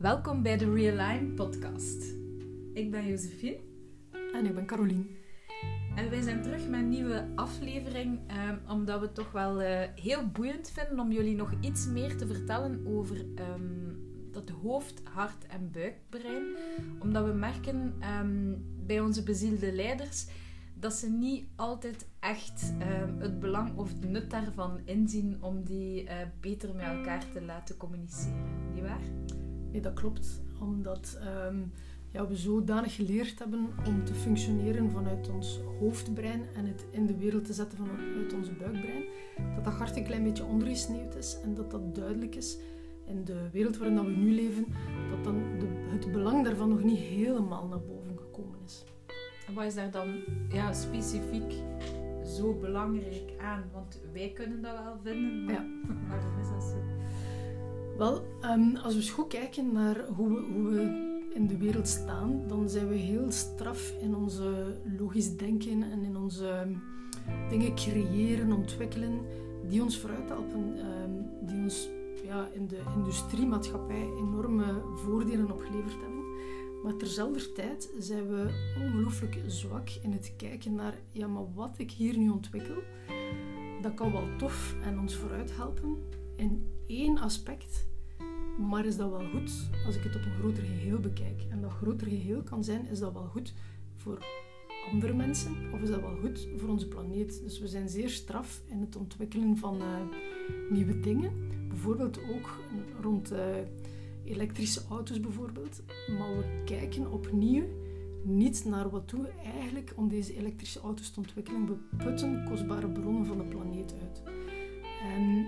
Welkom bij de Realign podcast. Ik ben Josephine. En ik ben Caroline. En wij zijn terug met een nieuwe aflevering, omdat we het toch wel heel boeiend vinden om jullie nog iets meer te vertellen over dat hoofd, hart en buikbrein. Omdat we merken bij onze bezielde leiders dat ze niet altijd echt het belang of het nut daarvan inzien om die beter met elkaar te laten communiceren. Niet waar? Nee, dat klopt. Omdat we zodanig geleerd hebben om te functioneren vanuit ons hoofdbrein en het in de wereld te zetten vanuit ons buikbrein, dat hart een klein beetje ondergesneeuwd is en dat duidelijk is in de wereld waarin we nu leven, dat dan het belang daarvan nog niet helemaal naar boven gekomen is. En wat is daar dan specifiek zo belangrijk aan? Want wij kunnen dat wel vinden, maar waarom is dat zo? Wel, als we eens goed kijken naar hoe we in de wereld staan, dan zijn we heel straf in onze logisch denken en in onze dingen creëren, ontwikkelen, die ons vooruit helpen, die ons in de industriemaatschappij enorme voordelen opgeleverd hebben. Maar terzelfde tijd zijn we ongelooflijk zwak in het kijken naar, maar wat ik hier nu ontwikkel, dat kan wel tof en ons vooruit helpen in één aspect. Maar is dat wel goed als ik het op een groter geheel bekijk? En dat groter geheel kan zijn, is dat wel goed voor andere mensen? Of is dat wel goed voor onze planeet? Dus we zijn zeer straf in het ontwikkelen van nieuwe dingen. Bijvoorbeeld ook rond elektrische auto's bijvoorbeeld. Maar we kijken opnieuw niet naar wat doen we eigenlijk om deze elektrische auto's te ontwikkelen. We putten kostbare bronnen van de planeet uit. En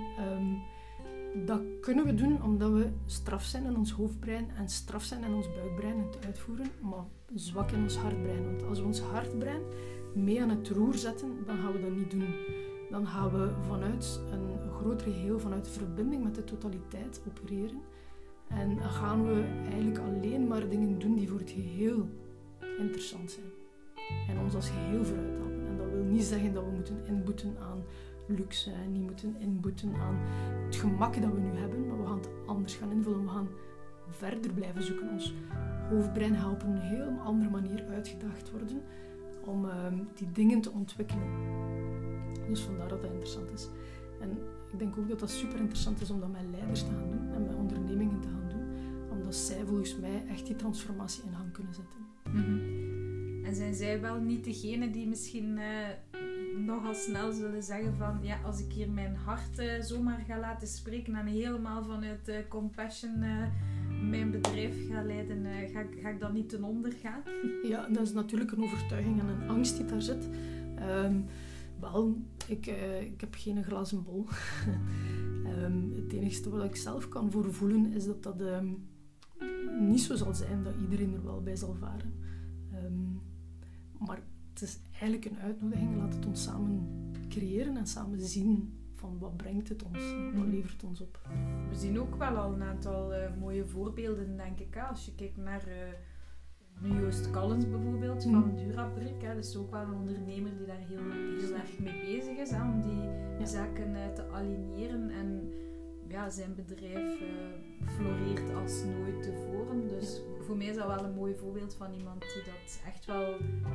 dat kunnen we doen omdat we straf zijn in ons hoofdbrein en straf zijn in ons buikbrein in het uitvoeren, maar zwak in ons hartbrein. Want als we ons hartbrein mee aan het roer zetten, dan gaan we dat niet doen. Dan gaan we vanuit een groter geheel, vanuit de verbinding met de totaliteit opereren. En dan gaan we eigenlijk alleen maar dingen doen die voor het geheel interessant zijn. En ons als geheel vooruit helpen. En dat wil niet zeggen dat we moeten inboeten aan luxe en niet moeten inboeten aan het gemak dat we nu hebben, maar we gaan het anders gaan invullen. We gaan verder blijven zoeken. Ons hoofdbrein helpen op een heel andere manier uitgedaagd worden om die dingen te ontwikkelen. Dus vandaar dat dat interessant is. En ik denk ook dat dat super interessant is om dat met leiders te gaan doen en met ondernemingen te gaan doen, omdat zij volgens mij echt die transformatie in gang kunnen zetten. Mm-hmm. En zijn zij wel niet degene die misschien nogal snel zullen zeggen van als ik hier mijn hart zomaar ga laten spreken en helemaal vanuit compassion mijn bedrijf ga leiden, ga ik dan niet ten onder gaan? Ja, dat is natuurlijk een overtuiging en een angst die daar zit. Ik heb geen glazen bol. Het enige wat ik zelf kan voelen is dat niet zo zal zijn dat iedereen er wel bij zal varen. Maar het is eigenlijk een uitnodiging. Laat het ons samen creëren en samen zien van wat brengt het ons, wat levert het ons op. We zien ook wel al een aantal mooie voorbeelden, denk ik. Als je kijkt naar Joost Callens bijvoorbeeld, van Durabrik. Dat is ook wel een ondernemer die daar heel erg mee bezig is, om die zaken te aligneren. En zijn bedrijf floreert als nooit tevoren. Dus voor mij is dat wel een mooi voorbeeld van iemand die dat echt wel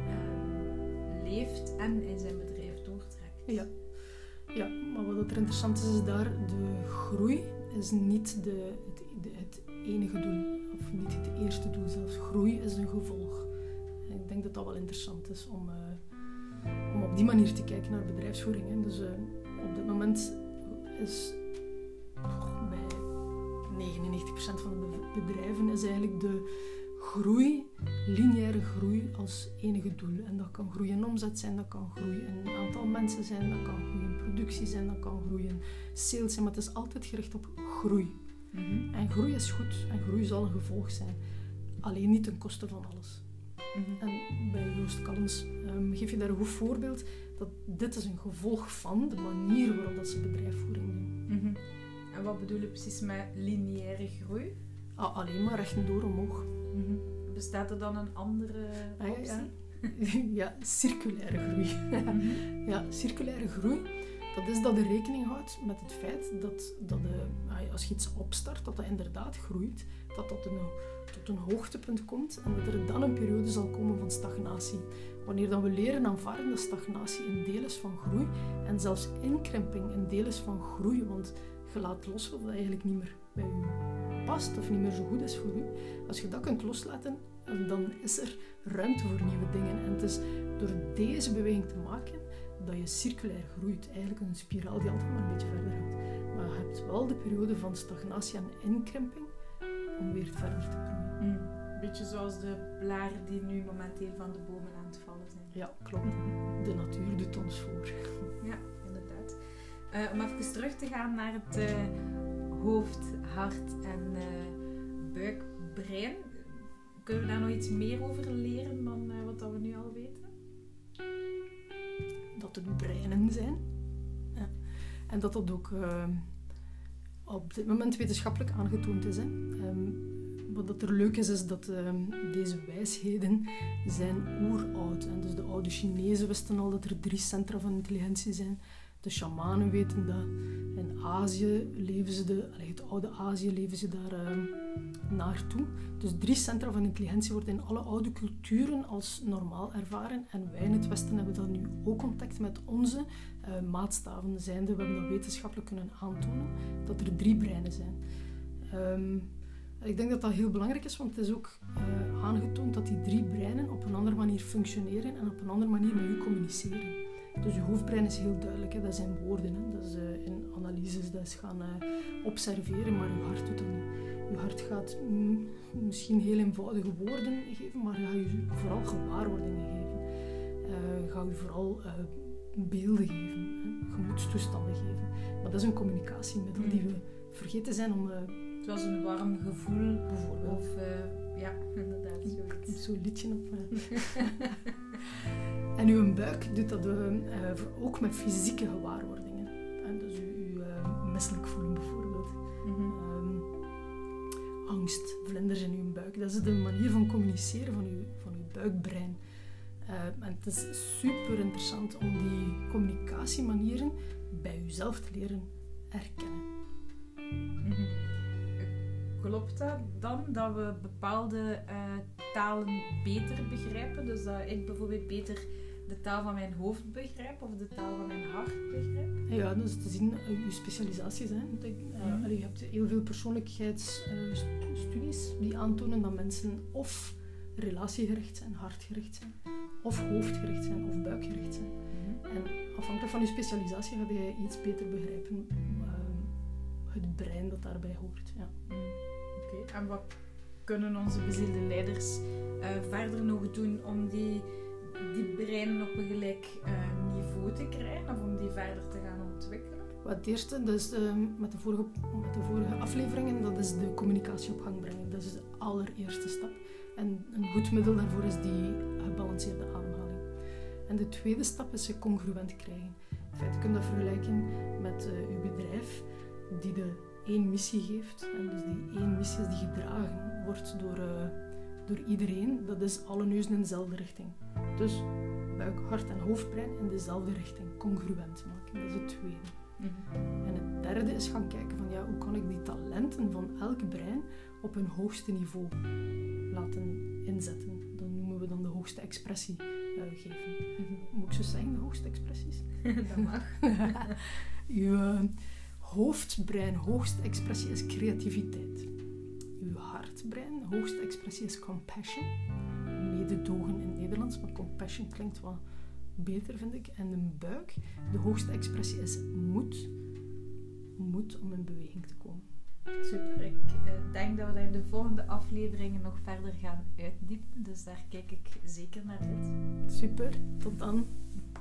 leeft en in zijn bedrijf doortrekt. Ja, maar wat er interessant is daar, de groei is niet het enige doel, of niet het eerste doel zelfs. Groei is een gevolg. En ik denk dat dat wel interessant is om op die manier te kijken naar bedrijfsvoering. Hè. Dus op dit moment is bij 99% van de bedrijven is eigenlijk de groei, lineaire groei als enige doel. En dat kan groei in omzet zijn, dat kan groei in een aantal mensen zijn, dat kan groei in productie zijn, dat kan groei in sales zijn, maar het is altijd gericht op groei. Mm-hmm. En groei is goed en groei zal een gevolg zijn. Alleen niet ten koste van alles. Mm-hmm. En bij Joost Callens geef je daar een goed voorbeeld dat dit is een gevolg van de manier waarop dat ze bedrijfsvoering doen. Mm-hmm. En wat bedoel je precies met lineaire groei? Alleen maar rechtdoor omhoog. Mm-hmm. Bestaat er dan een andere optie? Ja, circulaire groei. Ja, circulaire groei Dat is dat je rekening houdt met het feit dat als je iets opstart, dat inderdaad groeit, dat tot een hoogtepunt komt en dat er dan een periode zal komen van stagnatie. Wanneer dan we leren aanvaarden dat stagnatie een deel is van groei en zelfs inkrimping een deel is van groei, want je laat los wat eigenlijk niet meer bij u past of niet meer zo goed is voor u. Als je dat kunt loslaten, dan is er ruimte voor nieuwe dingen. En het is door deze beweging te maken dat je circulair groeit. Eigenlijk een spiraal die altijd maar een beetje verder gaat. Maar je hebt wel de periode van stagnatie en inkrimping om weer verder te groeien. Beetje zoals de blaren die nu momenteel van de bomen aan het vallen zijn. Ja, klopt. De natuur doet ons voor. Ja, inderdaad. Om even terug te gaan naar het hoofd, hart en buik, brein. Kunnen we daar nog iets meer over leren dan wat we nu al weten? Dat het breinen zijn. Ja. En dat ook op dit moment wetenschappelijk aangetoond is. Hè. Wat er leuk is dat deze wijsheden zijn oeroud. En dus de oude Chinezen wisten al dat er 3 centra van intelligentie zijn. De shamanen weten dat. In Azië leven ze het oude Azië leven ze daar naartoe. Dus 3 centra van intelligentie worden in alle oude culturen als normaal ervaren. En wij in het Westen hebben dat nu ook ontdekt met onze maatstaven zijnde. We hebben dat wetenschappelijk kunnen aantonen, dat er 3 breinen zijn. Ik denk dat dat heel belangrijk is, want het is ook aangetoond dat die 3 breinen op een andere manier functioneren en op een andere manier met u communiceren. Dus je hoofdbrein is heel duidelijk, hè? Dat zijn woorden, hè? Dat is in analyses, dat is gaan observeren, maar je hart doet dat niet. Je hart gaat misschien heel eenvoudige woorden geven, maar je gaat je vooral gewaarwordingen geven. Gaat je vooral beelden geven, hè? Gemoedstoestanden geven. Maar dat is een communicatiemiddel die we vergeten zijn om... Zoals een warm gevoel, bijvoorbeeld. Of, ja, inderdaad, zoiets. Zo'n liedje op. En uw buik doet dat ook met fysieke gewaarwordingen. En dus u misselijk voelen bijvoorbeeld. Angst, vlinders in uw buik. Dat is de manier van communiceren van uw buikbrein. En het is super interessant om die communicatiemanieren bij uzelf te leren herkennen. Klopt dat dan dat we bepaalde talen beter begrijpen? Dus dat ik bijvoorbeeld beter de taal van mijn hoofd begrijp of de taal van mijn hart begrijp? Ja, dus te zien je specialisaties. Hè. Je hebt heel veel persoonlijkheidsstudies die aantonen dat mensen of relatiegericht zijn, hartgericht zijn, of hoofdgericht zijn, of buikgericht zijn. En afhankelijk van je specialisatie ga je iets beter begrijpen het brein dat daarbij hoort. Ja. Oké. En wat kunnen onze bezielde leiders verder nog doen om die breinen op een gelijk niveau te krijgen of om die verder te gaan ontwikkelen? Het eerste, dus, met de vorige afleveringen, dat is de communicatie op gang brengen. Dat is de allereerste stap. En een goed middel daarvoor is die gebalanceerde ademhaling. En de tweede stap is je congruent krijgen. In feite kun je dat vergelijken met uw bedrijf die de 1 missie geeft. En dus die 1 missie die gedragen wordt door iedereen. Dat is alle neuzen in dezelfde richting. Dus buik, hart en hoofdbrein in dezelfde richting. Congruent maken. Dat is het tweede. En het derde is gaan kijken van hoe kan ik die talenten van elk brein op hun hoogste niveau laten inzetten. Dat noemen we dan de hoogste expressie geven. Moet ik zo zeggen, de hoogste expressies? Dat mag. Uw hoofdbrein, hoogste expressie is creativiteit. Uw hartbrein, hoogste expressie is compassion. Mededogen in het Nederlands, maar compassion klinkt wat beter, vind ik. En de buik, de hoogste expressie is moed. Moed om in beweging te komen. Super. Ik denk dat we dat in de volgende afleveringen nog verder gaan uitdiepen. Dus daar kijk ik zeker naar uit. Super. Tot dan.